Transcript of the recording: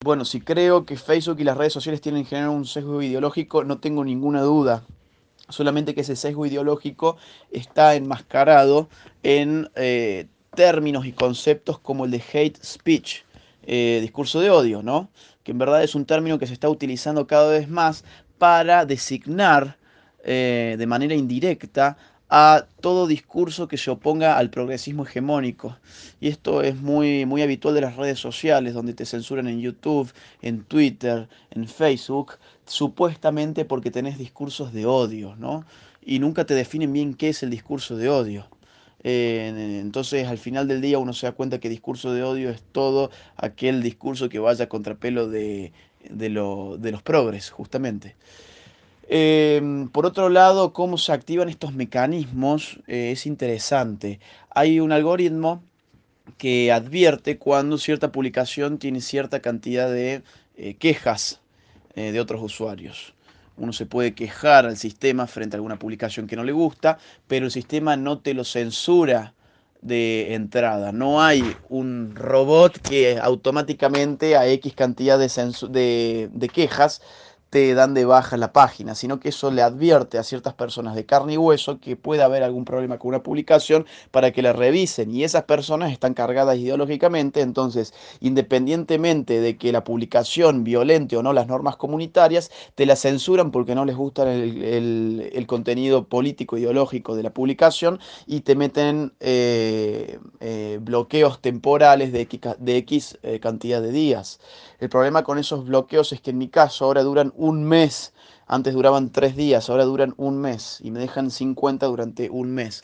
Bueno, si creo que Facebook y las redes sociales tienen que generar un sesgo ideológico, no tengo ninguna duda. Solamente que ese sesgo ideológico está enmascarado en términos y conceptos como el de hate speech, discurso de odio, ¿no? Que en verdad es un término que se está utilizando cada vez más para designar de manera indirecta a todo discurso que se oponga al progresismo hegemónico. Y esto es muy habitual de las redes sociales, donde te censuran en YouTube, en Twitter, en Facebook, supuestamente porque tenés discursos de odio, ¿no? Y nunca te definen bien qué es el discurso de odio. Entonces, al final del día uno se da cuenta que discurso de odio es todo aquel discurso que vaya a contrapelo de los progres, justamente. Por otro lado, cómo se activan estos mecanismos es interesante. Hay un algoritmo que advierte cuando cierta publicación tiene cierta cantidad de quejas de otros usuarios. Uno se puede quejar al sistema frente a alguna publicación que no le gusta, pero el sistema no te lo censura de entrada. No hay un robot que automáticamente a X cantidad de quejas te dan de baja la página, sino que eso le advierte a ciertas personas de carne y hueso que puede haber algún problema con una publicación para que la revisen. Y esas personas están cargadas ideológicamente, entonces, independientemente de que la publicación violente o no las normas comunitarias, te la censuran porque no les gusta el contenido político ideológico de la publicación y te meten bloqueos temporales de X cantidad de días. El problema con esos bloqueos es que en mi caso ahora duran un mes. Antes duraban 3 días, ahora duran un mes y me dejan sin cuenta durante un mes.